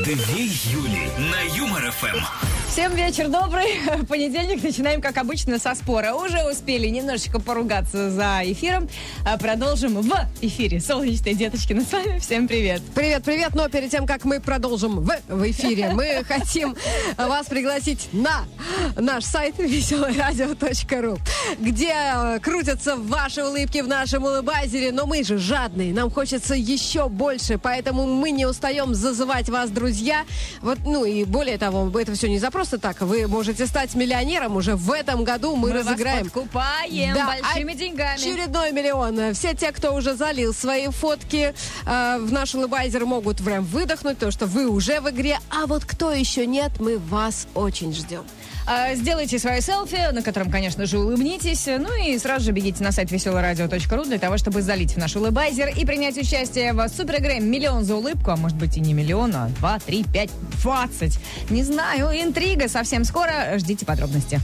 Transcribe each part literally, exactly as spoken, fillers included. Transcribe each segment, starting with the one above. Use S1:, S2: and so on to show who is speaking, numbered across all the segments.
S1: Две Юли на Юмор ФМ.
S2: Всем вечер добрый. Понедельник начинаем, как обычно, со спора. Уже успели немножечко поругаться за эфиром. Продолжим в эфире. Солнечные деточки, с вами. Всем привет.
S3: Привет, привет. Но перед тем, как мы продолжим в, в эфире, мы хотим вас пригласить на наш сайт веселое радио точка ру, где крутятся ваши улыбки в нашем улыбайзере. Но мы же жадные, нам хочется еще больше, поэтому мы не устаем зазывать вас, друзья. Вот, ну и более того, это все не за просто так. Вы можете стать миллионером уже в этом году. Мы, мы разыграем.
S2: Вас подкупаем да, большими деньгами.
S3: Очередной миллион. Все те, кто уже залил свои фотки э, в наш улыбайзер, могут прям выдохнуть, то что вы уже в игре. А вот кто еще нет, мы вас очень ждем.
S2: Сделайте свое селфи, на котором, конечно же, улыбнитесь. Ну и сразу же бегите на сайт веселое радио точка ру для того, чтобы залить в наш улыбайзер и принять участие в суперигре «Миллион за улыбку». А может быть и не миллион, а два, три, пять, двадцать. Не знаю, интрига совсем скоро. Ждите подробности.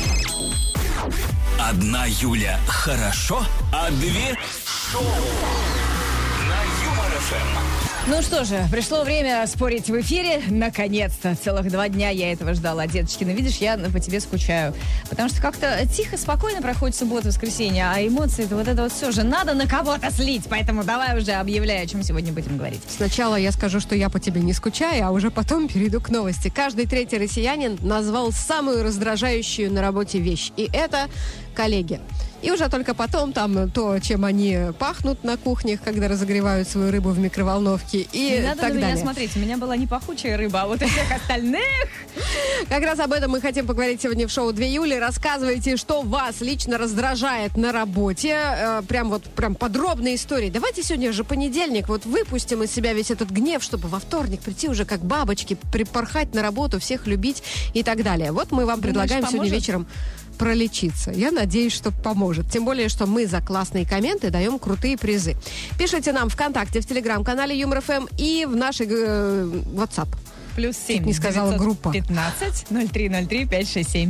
S1: Одна Юля хорошо, а две шоу на Юмор ФМ.
S2: Ну что же, пришло время спорить в эфире. Наконец-то. Целых два дня я этого ждала. Деточкина, видишь, я по тебе скучаю. Потому что как-то тихо, спокойно проходит суббота, воскресенье, а эмоции-то вот это вот все же надо на кого-то слить. Поэтому давай уже объявляй, о чем сегодня будем говорить.
S3: Сначала я скажу, что я по тебе не скучаю, а уже потом перейду к новости. Каждый третий россиянин назвал самую раздражающую на работе вещь. И это коллеги. И уже только потом там то, чем они пахнут на кухнях, когда разогревают свою рыбу в микроволновке и
S2: не надо
S3: так
S2: на
S3: далее.
S2: Меня смотреть, у меня была не пахучая рыба, а вот у всех остальных.
S3: Как раз об этом мы хотим поговорить сегодня в шоу «Две Юли». Рассказывайте, что вас лично раздражает на работе. Э, прям вот прям подробные истории. Давайте сегодня же понедельник, вот выпустим из себя весь этот гнев, чтобы во вторник прийти уже как бабочки, припорхать на работу, всех любить и так далее. Вот мы вам
S2: Думаешь,
S3: предлагаем
S2: поможет?
S3: сегодня вечером пролечиться. Я надеюсь, что поможет. Тем более, что мы за классные комменты даем крутые призы. Пишите нам ВКонтакте, в Телеграм-канале Юмор ФМ и в нашей э, WhatsApp.
S2: Плюс семь.
S3: Не сказала группа.
S2: пятнадцать ноль три ноль три пять шесть семь.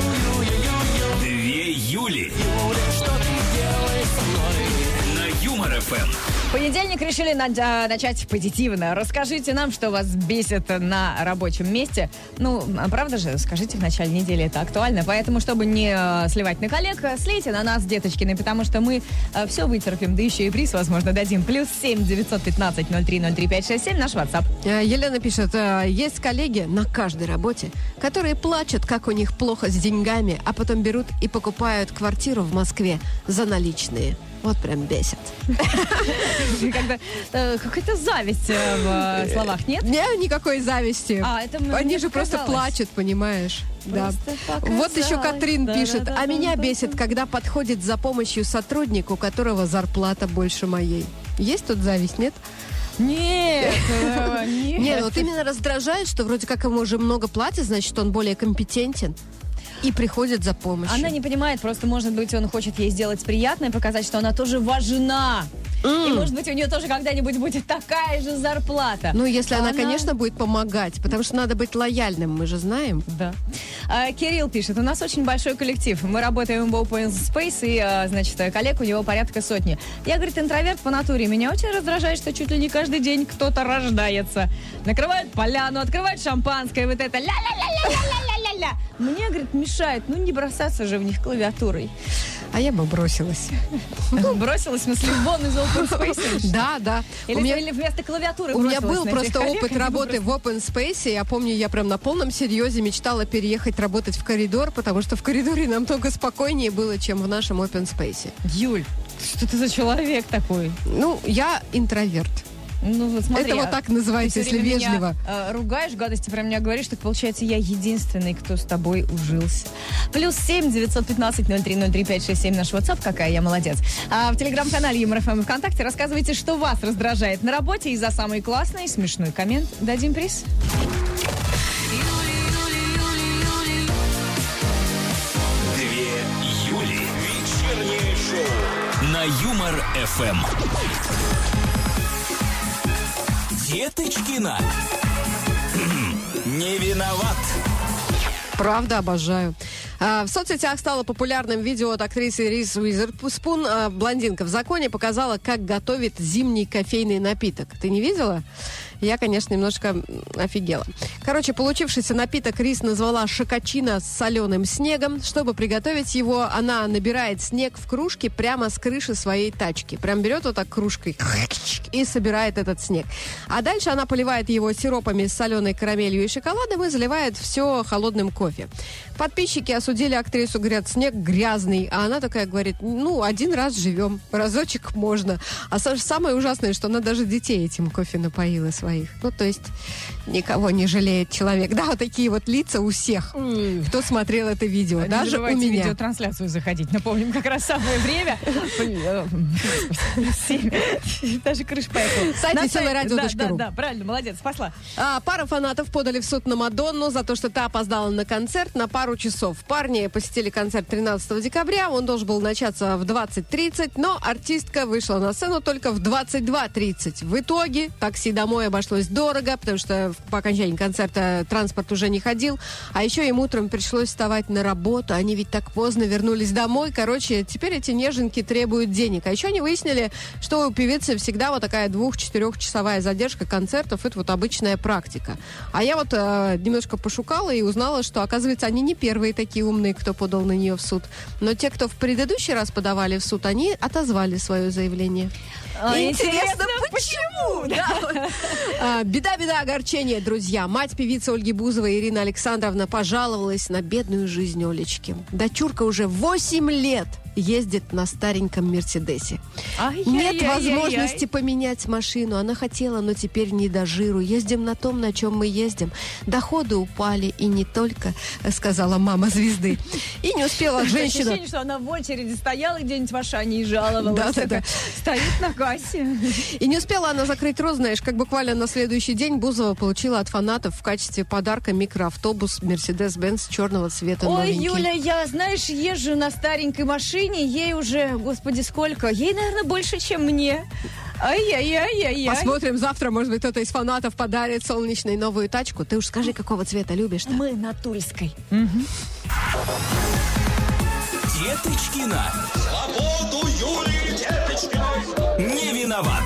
S1: Две Юли на Юмор ФМ.
S2: Понедельник решили на- начать позитивно. Расскажите нам, что вас бесит на рабочем месте. Ну, правда же, скажите в начале недели, это актуально. Поэтому, чтобы не э, сливать на коллег, слейте на нас, деточкины, потому что мы э, все вытерпим, да еще и приз, возможно, дадим. Плюс семь девятьсот пятнадцать ноль три ноль три пять шесть семь, наш WhatsApp.
S3: Елена пишет, есть коллеги на каждой работе, которые плачут, как у них плохо с деньгами, а потом берут и покупают квартиру в Москве за наличные. Вот прям бесит.
S2: Какая-то зависть в словах, нет?
S3: Нет никакой зависти.
S2: А, это
S3: Они же просто плачут, понимаешь? Да. Вот еще Катрин пишет, а меня бесит, когда подходит за помощью сотрудник, у которого зарплата больше моей. Есть тут зависть, нет?
S2: Нет, нет.
S3: Нет, вот именно раздражает, что вроде как ему уже много платят, значит, он более компетентен. И приходит за помощью.
S2: Она не понимает, просто, может быть, он хочет ей сделать приятное, показать, что она тоже важна. Mm. И, может быть, у нее тоже когда-нибудь будет такая же зарплата.
S3: Ну, если
S2: а
S3: она,
S2: она,
S3: конечно, будет помогать, потому что надо быть лояльным, мы же знаем.
S2: Да. А, Кирилл пишет, у нас очень большой коллектив. Мы работаем в Open Space, и, а, значит, коллег у него порядка сотни. Я, говорит, интроверт по натуре. Меня очень раздражает, что чуть ли не каждый день кто-то рождается. Накрывают поляну, открывают шампанское, вот это ля-ля-ля-ля-ля-ля-ля-ля. Мне, говорит, мешает. Ну, не бросаться же в них клавиатурой.
S3: А я бы бросилась.
S2: Бросилась, в смысле, вон из Open Space?
S3: Да, да.
S2: Или, меня, или вместо клавиатуры
S3: у меня был просто опыт работы в Open Space. Я помню, я прям на полном серьезе мечтала переехать работать в коридор, потому что в коридоре намного спокойнее было, чем в нашем Open Space.
S2: Юль, что ты за человек такой?
S3: Ну, я интроверт.
S2: Ну, вот смотри,
S3: это вот так называется, если вежливо.
S2: Меня, э, ругаешь, гадости про меня говоришь, так получается, я единственный, кто с тобой ужился. Плюс семь девятьсот пятнадцать ноль три ноль три пять шесть семь наш WhatsApp, какая я молодец. А в телеграм-канале Юмор ФМ и ВКонтакте рассказывайте, что вас раздражает на работе, и за самый классный, смешной коммент дадим приз.
S1: Две Юли. Вечернее шоу на Юмор ФМ. Деточкина. Не виноват.
S3: Правда, обожаю. А, в соцсетях стало популярным видео от актрисы Риз Уизерспун. А, блондинка в законе показала, как готовит зимний кофейный напиток. Ты не видела? Я, конечно, немножко офигела. Короче, получившийся напиток Рис назвала шокочино с соленым снегом. Чтобы приготовить его, она набирает снег в кружке прямо с крыши своей тачки. Прям берет вот так кружкой и собирает этот снег. А дальше она поливает его сиропами с соленой карамелью и шоколадом и заливает все холодным кофе. Подписчики осудили актрису, говорят, снег грязный. А она такая говорит, ну, один раз живем, разочек можно. А самое ужасное, что она даже детей этим кофе напоила своих. Ну, то есть никого не жалеет человек. Да, вот такие вот лица у всех, mm. кто смотрел это видео.
S2: Не
S3: даже у меня.
S2: Видеотрансляцию заходить. Напомним, как раз самое время. Даже крыша поехала.
S3: Сайт веселое радио точка ру.
S2: Да, да, правильно, молодец, спасла.
S3: Пара фанатов подали в суд на Мадонну за то, что та опоздала на концерт на пару часов. Парни посетили концерт тринадцатого декабря. Он должен был начаться в двадцать тридцать, но артистка вышла на сцену только в двадцать два тридцать. В итоге такси домой обошлось дорого, потому что по окончании концерта транспорт уже не ходил. А еще им утром пришлось вставать на работу. Они ведь так поздно вернулись домой. Короче, теперь эти неженки требуют денег. А еще они выяснили, что у певицы всегда вот такая двух-четырехчасовая задержка концертов. Это вот обычная практика. А я вот э, немножко пошукала и узнала, что, оказывается, они не первые такие умные, кто подал на нее в суд. Но те, кто в предыдущий раз подавали в суд, они отозвали свое заявление.
S2: А, интересно, почему?
S3: Да. А, беда-беда, огорчение, друзья. Мать певицы Ольги Бузовой Ирина Александровна пожаловалась на бедную жизнь Олечки. Дочурка уже восемь лет ездит на стареньком Мерседесе.
S2: Ай-яй-яй-яй-яй.
S3: Нет возможности поменять машину. Она хотела, но теперь не до жиру. Ездим на том, на чем мы ездим. Доходы упали, и не только, сказала мама звезды. И не успела женщина...
S2: Ощущение, что она в очереди стояла где-нибудь в Ашане и жаловалась.
S3: Да-да-да.
S2: Стоит на кассе.
S3: И не успела она закрыть рот, знаешь, как буквально на следующий день Бузова получила от фанатов в качестве подарка микроавтобус Mercedes-Benz черного цвета.
S2: Ой,
S3: новенький.
S2: Юля, я, знаешь, езжу на старенькой машине, ей уже, господи, сколько? Ей, наверное, больше, чем мне. Ай-яй-яй-яй-яй.
S3: Посмотрим завтра, может быть, кто-то из фанатов подарит солнечной новую тачку. Ты уж скажи, какого цвета любишь-то?
S2: Мы на Тульской.
S1: Деточкина. Свободу Юлии Деточкиной. Не виноват.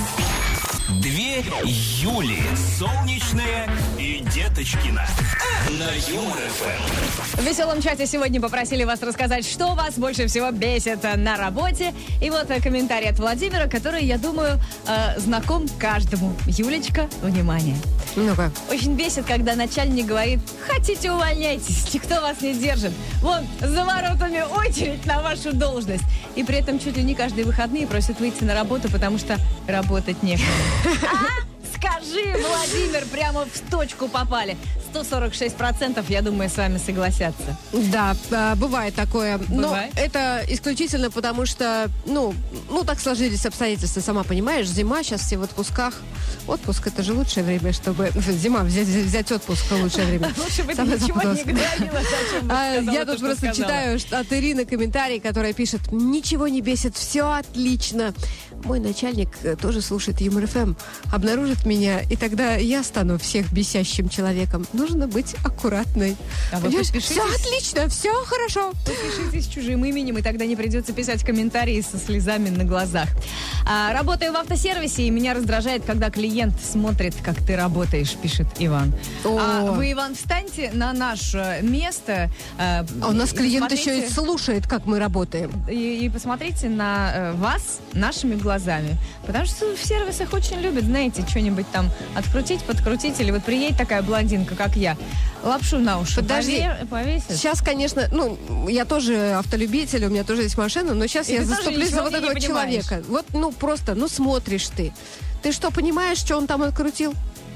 S1: Две Юли. Солнечная и Деточкина. На Юмор эф эм.
S2: В веселом чате сегодня попросили вас рассказать, что вас больше всего бесит на работе. И вот комментарий от Владимира, который, я думаю, э, знаком каждому. Юлечка, внимание.
S3: Ну-ка.
S2: Очень бесит, когда начальник говорит: хотите, увольняйтесь, никто вас не держит. Вон, за воротами очередь на вашу должность. И при этом чуть ли не каждые выходные просят выйти на работу, потому что работать некому. А? Скажи, Владимир, прямо в точку попали. сто сорок шесть процентов, я думаю, с вами согласятся.
S3: Да, бывает такое.
S2: Бывает?
S3: Но это исключительно потому, что, ну, ну, так сложились обстоятельства, сама понимаешь. Зима, сейчас все в отпусках. Отпуск — это же лучшее время, чтобы... Зима, взять, взять отпуск — лучшее время.
S2: Лучше бы ты ничего не говорила, зачем бы сказала.
S3: Я тут просто читаю от Ирины комментарий, которая пишет: ничего не бесит, все отлично. Мой начальник тоже слушает Юмор эф эм, обнаружит меня, и тогда я стану всех бесящим человеком. Нужно быть аккуратной.
S2: А вы подпишитесь...
S3: Все отлично, все хорошо.
S2: Подпишитесь чужим именем, и тогда не придется писать комментарии со слезами на глазах. А, работаю в автосервисе, и меня раздражает, когда клиент смотрит, как ты работаешь, пишет Иван. А вы, Иван, встаньте на наше место. А,
S3: а у нас клиент еще и слушает, как мы работаем.
S2: И, и посмотрите на э, вас нашими глазами. Потому что в сервисах очень любят, знаете, что-нибудь там открутить, подкрутить, или вот приедет такая блондинка, как я, лапшу на уши
S3: Подожди.
S2: повесит.
S3: Сейчас, конечно, ну, я тоже автолюбитель, у меня тоже есть машина, но сейчас
S2: И
S3: я
S2: ты
S3: заступлюсь за вот этого человека. Вот, ну, просто, ну, смотришь ты. Ты что, понимаешь, что он там открутил?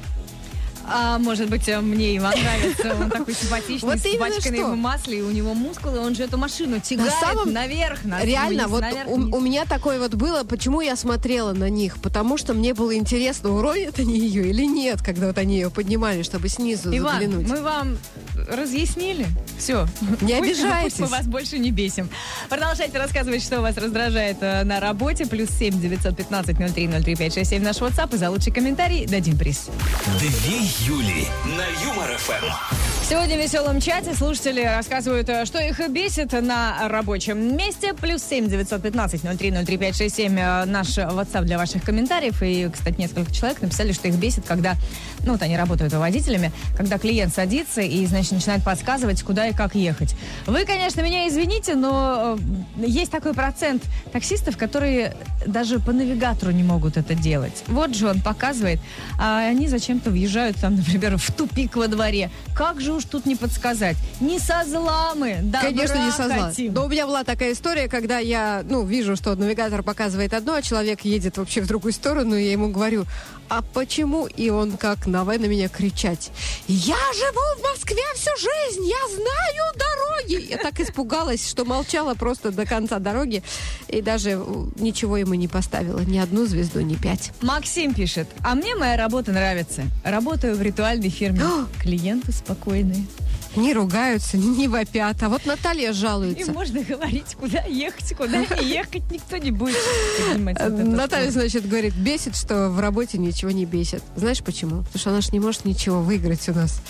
S2: А может быть, мне Иван нравится, он такой симпатичный,
S3: вот
S2: с пачканной в масле, и у него мускулы, он же эту машину тягает на самом... наверх. На
S3: Реально,
S2: вниз,
S3: вот
S2: наверх,
S3: у, у меня такое вот было, почему я смотрела на них, потому что мне было интересно, уронят они ее или нет, когда вот они ее поднимали, чтобы снизу
S2: Иван,
S3: заглянуть.
S2: мы вам разъяснили, все.
S3: Не обижайтесь.
S2: Пусть мы вас больше не бесим. Продолжайте рассказывать, что вас раздражает э, на работе. Плюс семь девятьсот пятнадцать ноль три ноль три пять шесть семь наш WhatsApp, и за лучший комментарий дадим приз.
S1: Две Юли на Юмор эф эм.
S2: Сегодня в веселом чате слушатели рассказывают, что их бесит на рабочем месте. Плюс семь девятьсот пятнадцать ноль три ноль три пять шесть семь наш WhatsApp для ваших комментариев. И, кстати, несколько человек написали, что их бесит, когда, ну вот они работают водителями, когда клиент садится и, значит, начинает подсказывать, куда и как ехать. Вы, конечно, меня извините, но есть такой процент таксистов, которые даже по навигатору не могут это делать. Вот же он показывает, а они зачем-то въезжают там, например, в тупик во дворе. Как же уж тут не подсказать? Не со зла мы, добра
S3: Конечно, не со зла.
S2: хотим.
S3: Но у меня была такая история, когда я, ну, вижу, что навигатор показывает одно, а человек едет вообще в другую сторону, и я ему говорю, а почему? И он как, давай на меня кричать. Я живу в Москве всю жизнь, я знаю дороги. Я так испугалась, что молчала просто до конца дороги, и даже ничего ему не поставила, ни одну звезду, ни пять.
S2: Максим пишет, а мне моя работа нравится. Работаю в ритуальной фирме. Клиенты спокойные.
S3: Не ругаются, не вопят. А вот Наталья жалуется.
S2: И можно говорить, куда ехать, куда не ехать, никто не будет поднимать вот это.
S3: Наталья, значит, говорит, бесит, что в работе ничего не бесит. Знаешь почему? Потому что она ж не может ничего выиграть у нас.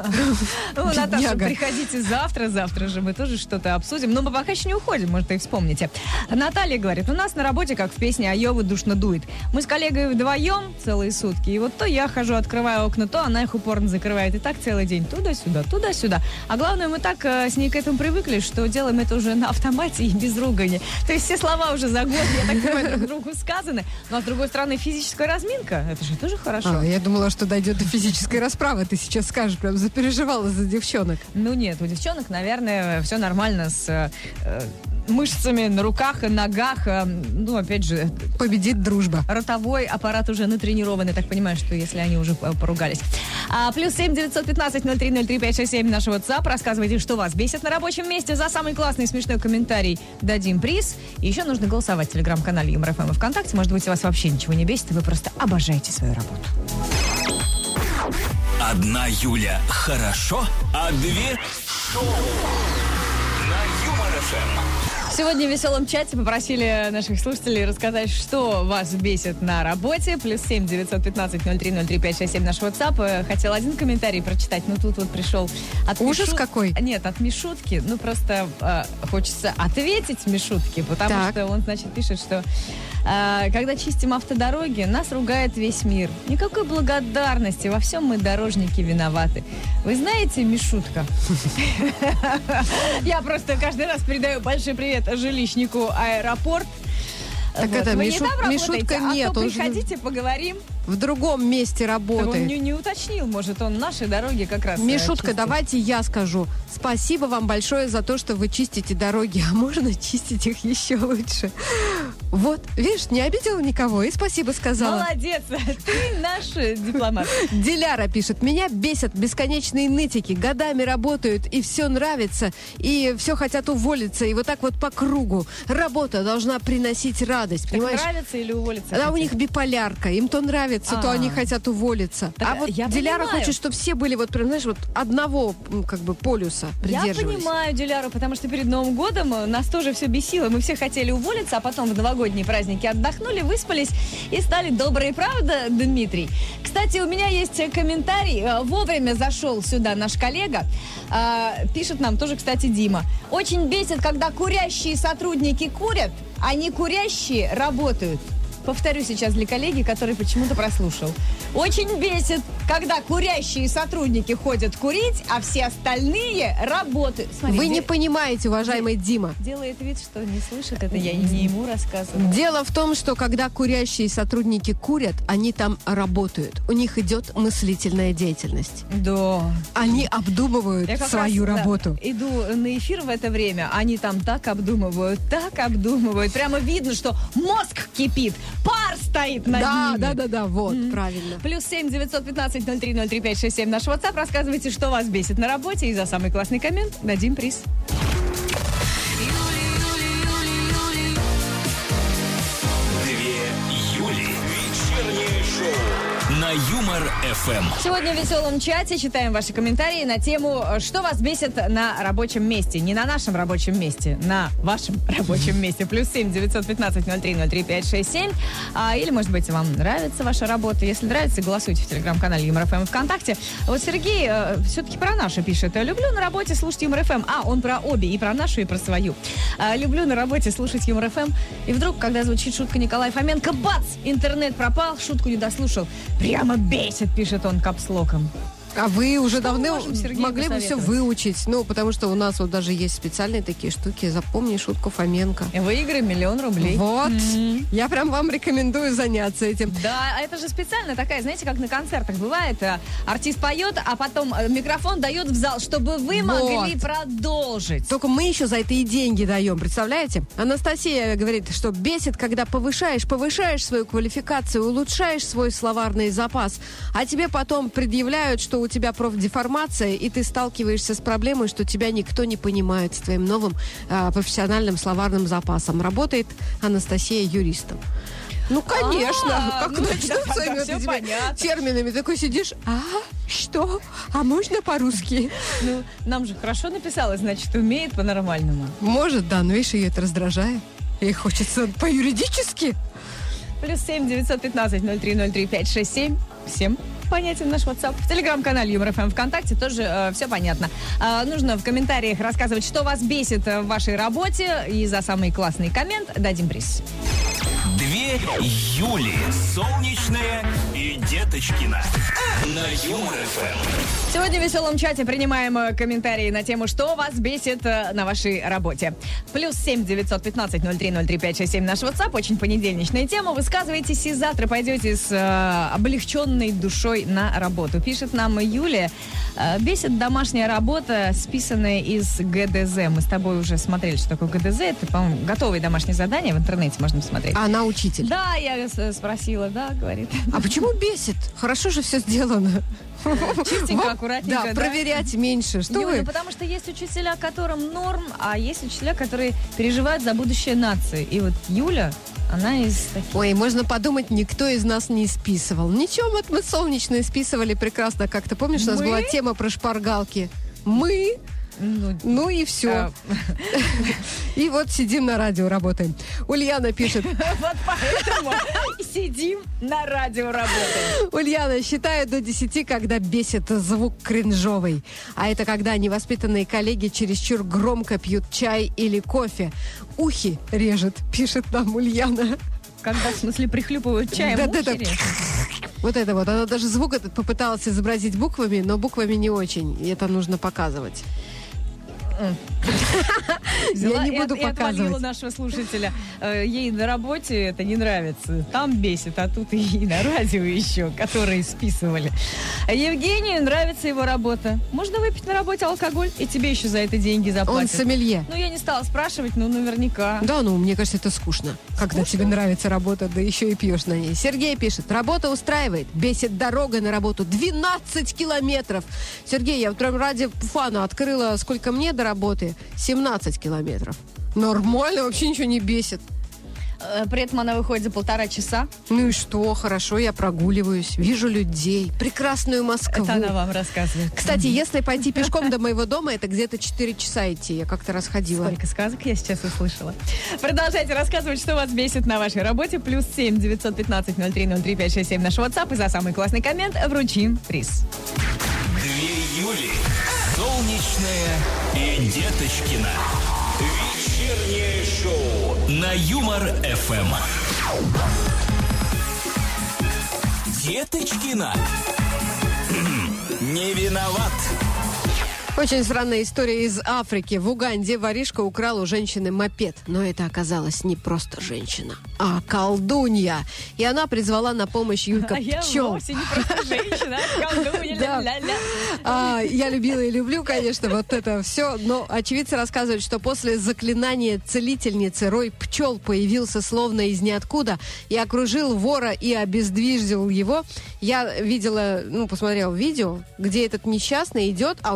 S2: Ну, Наташа, приходите завтра, завтра же мы тоже что-то обсудим. Но мы пока еще не уходим, может, и вспомните. Наталья говорит, у нас на работе, как в песне Айовы, душно дует. Мы с коллегой вдвоем целые сутки. И вот то я хожу, открываю окна, то она их упорно закрывает. И так целый день. Туда-сюда, туда-сюда. А главное, мы так э, с ней к этому привыкли, что делаем это уже на автомате и без ругани. То есть все слова уже за год, я так понимаю, друг другу сказаны. Но, с другой стороны, физическая разминка, это же тоже хорошо.
S3: А, я думала, что дойдет до физической расправы. Ты сейчас скажешь, прям запереживала за девчонок.
S2: Ну нет, у девчонок, наверное, все нормально с э, мышцами на руках и ногах. Э, ну, опять же...
S3: Победит дружба.
S2: Ротовой аппарат уже натренирован. Я так понимаю, что если они уже поругались. А, плюс семь девятьсот пятнадцать ноль три ноль три пять шесть семь наш WhatsApp. Рассказывайте, что вас бесит на рабочем месте. За самый классный и смешной комментарий дадим приз. И еще нужно голосовать в телеграм-канале Юмор эф эм и ВКонтакте. Может быть, у вас вообще ничего не бесит, и вы просто обожаете свою работу.
S1: Одна Юля хорошо, а две шоу на Юмор эф эм.
S2: Сегодня в веселом чате попросили наших слушателей рассказать, что вас бесит на работе. Плюс семь девятьсот пятнадцать ноль три ноль три пять шесть семь наш WhatsApp. Хотел один комментарий прочитать, но тут вот пришел от
S3: Ужас
S2: Мишут...
S3: какой?
S2: Нет, от Мишутки. Ну, просто э, хочется ответить Мишутке, потому
S3: так.
S2: что он, значит, пишет, что э, когда чистим автодороги, нас ругает весь мир. Никакой благодарности, во всем мы, дорожники, виноваты. Вы знаете, Мишутка? Я просто каждый раз передаю большой привет жилищнику аэропорт.
S3: Так вот. Это
S2: Вы
S3: Мишу...
S2: не там
S3: Мишутка
S2: работаете,
S3: нет.
S2: А то
S3: Он
S2: приходите, поговорим.
S3: В другом месте
S2: Так
S3: работает.
S2: он не, не уточнил, может, он наши дороги как раз...
S3: Мишутка,
S2: чистит.
S3: давайте я скажу. Спасибо вам большое за то, что вы чистите дороги. А можно чистить их еще лучше? Вот, видишь, не обидела никого и спасибо сказала.
S2: Молодец, ты наш дипломат.
S3: Диляра пишет, меня бесят бесконечные нытики, годами работают, и все нравится, и все хотят уволиться, и вот так вот по кругу. Работа должна приносить радость,
S2: Так
S3: понимаешь?
S2: нравится или уволиться?
S3: Да, у
S2: хотите?
S3: них биполярка, им то нравится, то
S2: А.
S3: они хотят уволиться.
S2: Так
S3: а вот
S2: я
S3: Диляра
S2: понимаю.
S3: хочет, чтобы все были вот, прям, знаешь, вот одного м, как бы полюса
S2: Я
S3: придерживались.
S2: понимаю Диляру, потому что перед Новым годом нас тоже все бесило. Мы все хотели уволиться, а потом в новогодние праздники отдохнули, выспались и стали добрые, правда, Дмитрий? Кстати, у меня есть комментарий. Вовремя зашел сюда наш коллега. Пишет нам тоже, кстати, Дима. Очень бесит, когда курящие сотрудники курят, а не курящие работают. Повторю сейчас для коллеги, который почему-то прослушал. Очень бесит, когда курящие сотрудники ходят курить, а все остальные работают. Смотри,
S3: Вы
S2: де-
S3: не понимаете, уважаемый Дима.
S2: делает вид, что не слышит это, я не ему рассказываю.
S3: Дело в том, что когда курящие сотрудники курят, они там работают. У них идет мыслительная деятельность.
S2: Да.
S3: Они обдумывают
S2: Я как
S3: свою
S2: раз, да,
S3: работу.
S2: иду на эфир в это время, они там так обдумывают, так обдумывают. Прямо видно, что мозг кипит, пар стоит над
S3: Да,
S2: ними.
S3: да, да, да, вот, правильно.
S2: Плюс семь девятьсот пятнадцать ноль три ноль три пять шесть семь наш WhatsApp. Рассказывайте, что вас бесит на работе. И за самый классный коммент дадим приз.
S1: Две Юли. Вечернее шоу на Юмор эф эм.
S2: Сегодня в веселом чате читаем ваши комментарии на тему, что вас бесит на рабочем месте. Не на нашем рабочем месте, на вашем рабочем месте. Плюс семь девятьсот пятнадцать ноль три ноль три пять шесть семь. А, или, может быть, вам нравится ваша работа. Если нравится, голосуйте в телеграм-канале Юмор эф эм ВКонтакте. Вот Сергей э, все-таки про нашу пишет. Люблю на работе слушать Юмор эф эм. А, он про обе, и про нашу, и про свою. А, люблю на работе слушать Юмор эф эм. И вдруг, когда звучит шутка Николая Фоменко, бац! Интернет пропал, шутку не дослушал. Прямо бесит, пишет он капслоком.
S3: А вы уже
S2: Что
S3: давно могли бы все выучить. Ну, потому что у нас вот даже есть специальные такие штуки. Запомни шутку Фоменко.
S2: Выиграй миллион рублей.
S3: Вот. Mm-hmm. Я прям вам рекомендую заняться этим.
S2: Да, это же специально такая, знаете, как на концертах бывает. Артист поет, а потом микрофон дает в зал, чтобы вы вот. могли продолжить.
S3: Только мы еще за это и деньги даем, представляете? Анастасия говорит, что бесит, когда повышаешь, повышаешь свою квалификацию, улучшаешь свой словарный запас, а тебе потом предъявляют, что у тебя профдеформация, и ты сталкиваешься с проблемой, что тебя никто не понимает с твоим новым э, профессиональным словарным запасом. Работает Анастасия юристом. Ну, конечно.
S2: А,
S3: как
S2: ну,
S3: начнутся
S2: да, все
S3: этими
S2: понятно.
S3: терминами. Такой сидишь, а, что? А можно по-русски?
S2: Ну, нам же хорошо написала, значит, умеет по-нормальному.
S3: Может, да, но видишь, ее это раздражает. Ей хочется по-юридически.
S2: Плюс семь девятьсот пятнадцать ноль три ноль три пять шесть семь. Всем понятен наш WhatsApp. В телеграм-канале Юмор эф эм ВКонтакте тоже э, все понятно. Э, нужно в комментариях рассказывать, что вас бесит в вашей работе. И за самый классный коммент дадим приз.
S1: Две Юли. Солнечная и Деточкина. На Юмор эф эм.
S2: Сегодня в веселом чате принимаем комментарии на тему, что вас бесит на вашей работе. Плюс семь девятьсот пятнадцать ноль три ноль три пять шесть семь наш WhatsApp. Очень понедельничная тема. Высказывайтесь, и завтра пойдете с э, облегченной душой на работу. Пишет нам Юлия. Э, бесит домашняя работа, списанная из гэ дэ зэ. Мы с тобой уже смотрели, что такое гэ дэ зэ. Это, по-моему, готовые домашние задания. В интернете можно посмотреть.
S3: А она учитель?
S2: Да, я спросила, да, говорит.
S3: А почему бесит? Хорошо же все сделано.
S2: Чистенько, аккуратненько.
S3: Да, проверять меньше. Что вы?
S2: Ну, потому что есть учителя, которым норм, а есть учителя, которые переживают за будущее нации. И вот Юля, она из таких.
S3: Ой, можно подумать, никто из нас не списывал. Ничего, вот мы солнечные списывали прекрасно. Как ты помнишь, у нас
S2: Мы?
S3: была тема про шпаргалки. Мы...
S2: Ну,
S3: Ну и все.
S2: а,
S3: И вот сидим на радио, работаем. Ульяна пишет.
S2: Вот поэтому и сидим на радио работаем.
S3: Ульяна, считаю до десяти, когда бесит звук кринжовый. А это когда невоспитанные коллеги чересчур громко пьют чай или кофе. Ухи режет, пишет нам Ульяна.
S2: Когда, в смысле, прихлюпывают чаем
S3: Да,
S2: ухи
S3: да, да.
S2: режут?
S3: Вот это вот. Она даже звук этот попыталась изобразить буквами, но буквами не очень. И это нужно показывать.
S2: Взяла
S3: Я не
S2: и
S3: буду
S2: от- и отвалила
S3: показывать.
S2: нашего слушателя. Э, Ей на работе это не нравится. Там бесит, а тут и на радио еще, которые списывали. Евгению нравится его работа. Можно выпить на работе алкоголь, и тебе еще за это деньги
S3: Он
S2: заплатят.
S3: сомелье.
S2: Ну, я не стала спрашивать, ну, наверняка.
S3: Да, ну, мне кажется, это скучно. Когда тебе нравится работа, да еще и пьешь на ней. Сергей пишет, работа устраивает, бесит дорога на работу двенадцать километров. Сергей, я вот прям ради фана открыла, сколько мне до работы, семнадцать километров. Нормально, вообще ничего не бесит.
S2: Э, При этом она выходит за полтора часа.
S3: Ну и что, хорошо, я прогуливаюсь, вижу людей, прекрасную Москву.
S2: Это она вам рассказывает.
S3: Кстати, если пойти пешком до моего дома, это где-то четыре часа идти. Я как-то раз ходила.
S2: Сколько сказок я сейчас услышала. Продолжайте рассказывать, что вас бесит на вашей работе. Плюс семь девятьсот пятнадцать ноль три ноль три пять шесть семь наш WhatsApp. И за самый классный коммент вручим приз.
S1: Две Юли. Солнечная и Деточкина. Вечернее шоу на Юмор эф эм. Деточкина. Не виноват.
S3: Очень странная история из Африки. В Уганде воришка украл у женщины мопед. Но это оказалась не просто женщина, а колдунья. И она призвала на помощь Юлька
S2: А я
S3: Пчел.
S2: вовсе не просто женщина, а колдунья.
S3: Да.
S2: ля-ля-ля.
S3: А, я любила и люблю, конечно, вот это все. Но очевидцы рассказывают, что после заклинания целительницы рой пчел появился словно из ниоткуда и окружил вора и обездвижил его. Я видела, ну, посмотрела видео, где этот несчастный идет, а у него руки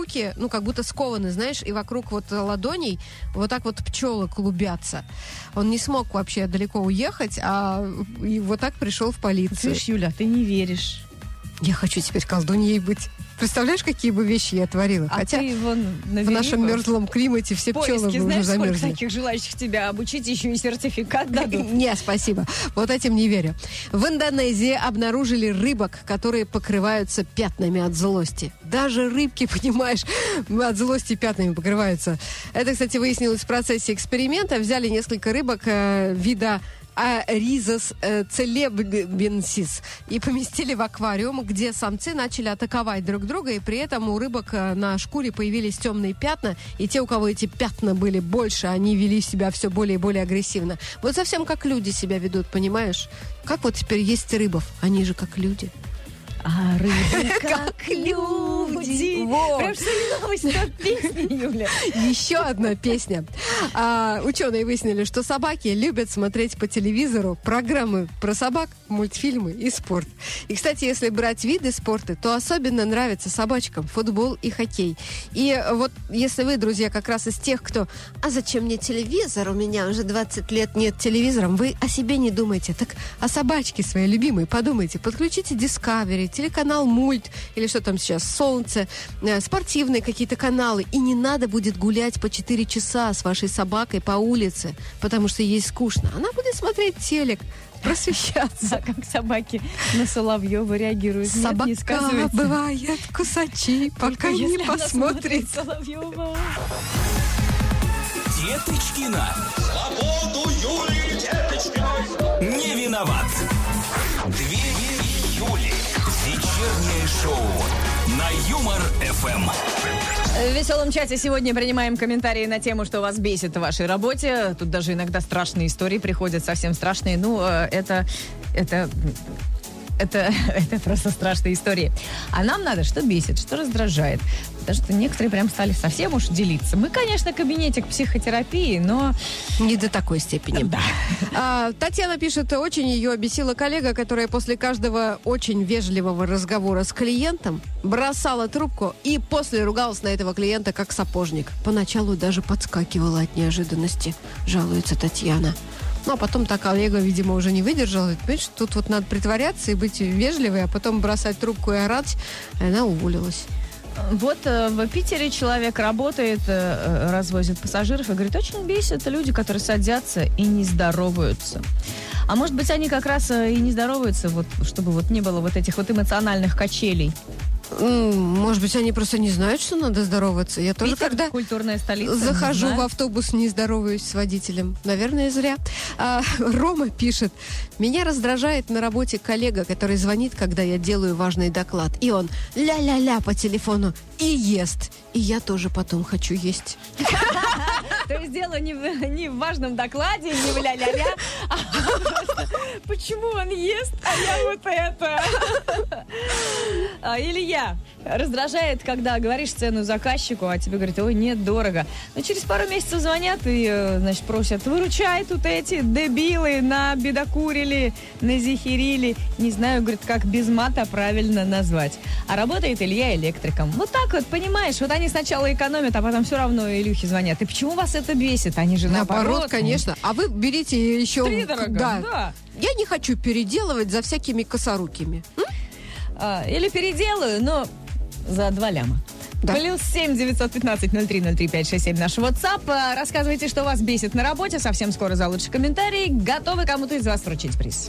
S3: руки, ну, как будто скованы, знаешь, и вокруг вот ладоней вот так вот пчелы клубятся. Он не смог вообще далеко уехать, а и вот так пришел в полицию.
S2: Слышь, Юля, ты не веришь.
S3: Я хочу теперь колдуньей быть. Представляешь, какие бы вещи я творила?
S2: А
S3: Хотя
S2: ты вон
S3: в нашем мерзлом климате все пчелы
S2: поиски,
S3: бы уже
S2: знаешь, сколько
S3: замерзли.
S2: таких желающих тебя обучить, еще и сертификат дадут.
S3: Не, спасибо. Вот этим не верю. В Индонезии обнаружили рыбок, которые покрываются пятнами от злости. Даже рыбки, понимаешь, от злости пятнами покрываются. Это, кстати, выяснилось в процессе эксперимента. Взяли несколько рыбок э, вида Аризос целебенсис и поместили в аквариум, где самцы начали атаковать друг друга, и при этом у рыбок на шкуре появились темные пятна, и те, у кого эти пятна были больше, они вели себя все более и более агрессивно. Вот совсем как люди себя ведут, понимаешь? Как вот теперь есть рыбов, они же как люди.
S2: А рыбы как люди.
S3: Вот.
S2: Прям что от песни, Юля.
S3: Еще одна песня. А, ученые выяснили, что собаки любят смотреть по телевизору программы про собак, мультфильмы и спорт. И, кстати, если брать виды спорта, то особенно нравится собачкам футбол и хоккей. И вот если вы, друзья, как раз из тех, кто «А зачем мне телевизор? У меня уже двадцать лет нет телевизора», вы о себе не думайте. Так о собачке своей любимой подумайте. Подключите Discovery, телеканал Мульт, или что там сейчас, Солнце, э, спортивные какие-то каналы. И не надо будет гулять по четыре часа с вашей собакой по улице, потому что ей скучно. Она будет смотреть телек, просвещаться.
S2: А как собаки на Соловьева реагируют?
S3: Собака
S2: Нет, не сказывается.
S3: бывает кусачей, пока
S2: Только
S3: не
S2: если она
S3: посмотрит.
S2: смотрит Соловьева.
S1: Деточкина. Свободу Юлии Деточкиной. Не виноват. Две Юли. Вечернее шоу на Юмор эф эм.
S2: В веселом чате сегодня принимаем комментарии на тему, что вас бесит в вашей работе. Тут даже иногда страшные истории приходят, совсем страшные. Ну, это... это... Это, это просто страшные истории. А нам надо, что бесит, что раздражает. Потому что некоторые прям стали совсем уж делиться. Мы, конечно, кабинетик психотерапии, но...
S3: Не до такой степени.
S2: Да.
S3: А, Татьяна пишет, очень ее бесила коллега, которая после каждого очень вежливого разговора с клиентом бросала трубку и после ругалась на этого клиента как сапожник. Поначалу даже подскакивала от неожиданности, жалуется Татьяна. Ну, а потом та коллега, видимо, уже не выдержала. Понимаешь, тут вот надо притворяться и быть вежливой, а потом бросать трубку и орать. И она уволилась.
S2: Вот э, в Питере человек работает, э, развозит пассажиров и говорит, очень бесит люди, которые садятся и не здороваются. А может быть, они как раз и не здороваются, вот, чтобы вот не было вот этих вот эмоциональных качелей.
S3: Может быть, они просто не знают, что надо здороваться. Я тоже,
S2: Питер,
S3: когда
S2: культурная столица,
S3: захожу в автобус, не здороваюсь с водителем. Наверное, зря. А, Рома пишет, меня раздражает на работе коллега, который звонит, когда я делаю важный доклад. И он ля-ля-ля по телефону и ест. И я тоже потом хочу есть.
S2: То есть дело не в, не в важном докладе, не в ля-ля-ля, а просто почему он ест, а я вот это. Или я. Раздражает, когда говоришь цену заказчику, а тебе говорят, ой, нет, дорого. Но через пару месяцев звонят и, значит, просят, выручай тут эти дебилы, набедокурили, назихерили. Не знаю, говорит, как без мата правильно назвать. А работает Илья электриком. Вот так вот, понимаешь, вот они сначала экономят, а потом все равно Илюхе звонят. И почему вас это бесит? Они же наоборот.
S3: Наоборот, конечно. А вы берите еще...
S2: Втридорога,
S3: да.
S2: да.
S3: Я не хочу переделывать за всякими косорукими.
S2: А, или переделаю, но за два ляма.
S3: Да.
S2: Плюс семь девятьсот пятнадцать ноль три ноль три пять шесть семь наш WhatsApp. А, рассказывайте, что вас бесит на работе. Совсем скоро за лучший комментарий. Готовы кому-то из вас вручить приз.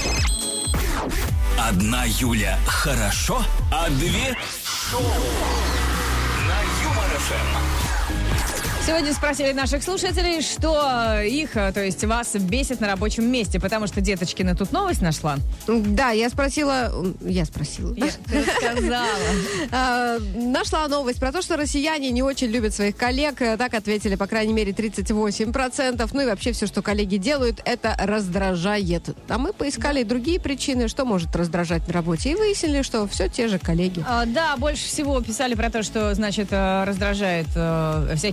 S1: Одна Юля хорошо, а две шоу на Юмор эф эм.
S2: Сегодня спросили наших слушателей, что их, то есть вас, бесит на рабочем месте, потому что Деточкина тут новость нашла.
S3: Да, я спросила... Я спросила.
S2: Я рассказала.
S3: А, нашла новость про то, что россияне не очень любят своих коллег. Так ответили, по крайней мере, тридцать восемь процентов. Ну и вообще все, что коллеги делают, это раздражает. А мы поискали другие причины, что может раздражать на работе. И выяснили, что все те же коллеги.
S2: А, да, больше всего писали про то, что, значит, раздражает э, всякие звуки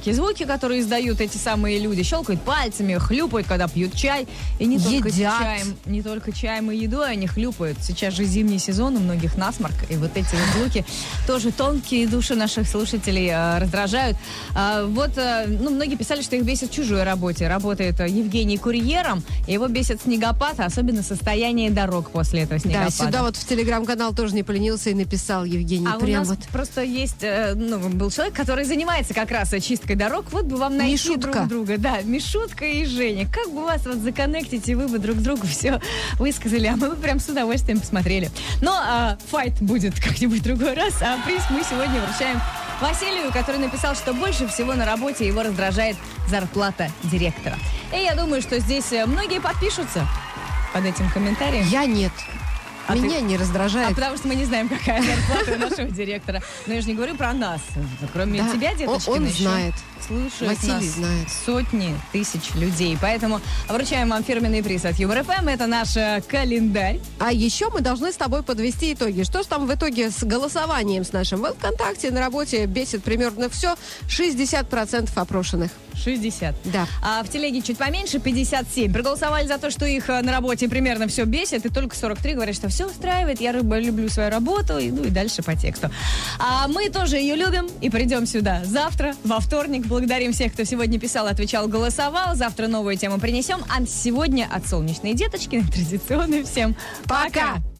S2: звуки, которые издают эти самые люди. Щелкают пальцами, хлюпают, когда пьют чай. И не только
S3: Едят.
S2: чаем, не только чаем и едой они хлюпают. Сейчас же зимний сезон, у многих насморк. И вот эти вот звуки тоже тонкие души наших слушателей э, раздражают. А, вот, э, ну, многие писали, что их бесит в чужой работе. Работает э, Евгений курьером, и его бесит снегопад, а особенно состояние дорог после этого снегопада.
S3: Да, сюда вот в телеграм-канал тоже не поленился и написал Евгений.
S2: А
S3: прям
S2: у нас
S3: вот.
S2: просто есть, э, ну, был человек, который занимается как раз чисткой дорог. Вот бы вам найти
S3: Мишутка.
S2: друг друга. Да, Мишутка и Женя. Как бы вас вот законнектить, и вы бы друг другу все высказали, а мы бы прям с удовольствием посмотрели. Но а, файт будет как-нибудь в другой раз, а приз мы сегодня вручаем Василию, который написал, что больше всего на работе его раздражает зарплата директора. И я думаю, что здесь многие подпишутся под этим комментарием.
S3: Я нет.
S2: А
S3: Меня
S2: ты-
S3: не
S2: А
S3: раздражает.
S2: потому что мы не знаем, какая зарплата у нашего директора. Но я же не говорю про нас. Кроме
S3: Да,
S2: тебя,
S3: он-
S2: деточкина,
S3: он
S2: еще
S3: знает.
S2: слушают
S3: Василий
S2: нас
S3: знает.
S2: сотни тысяч людей. Поэтому вручаем вам фирменный приз от Юмор эф эм. Это наш э, календарь.
S3: А еще мы должны с тобой подвести итоги. Что же там в итоге с голосованием с нашим? В ВКонтакте на работе бесит примерно все. шестьдесят процентов опрошенных.
S2: шестьдесят.
S3: Да.
S2: А в телеге чуть поменьше, пятьдесят семь. Проголосовали за то, что их э, на работе примерно все бесит, и только сорок три говорят, что все устраивает, я рыба, люблю свою работу, и, ну и дальше по тексту. А мы тоже ее любим и придем сюда завтра, во вторник. Благодарим всех, кто сегодня писал, отвечал, голосовал. Завтра новую тему принесем. А сегодня от солнечной деточки традиционно всем пока!
S3: Пока!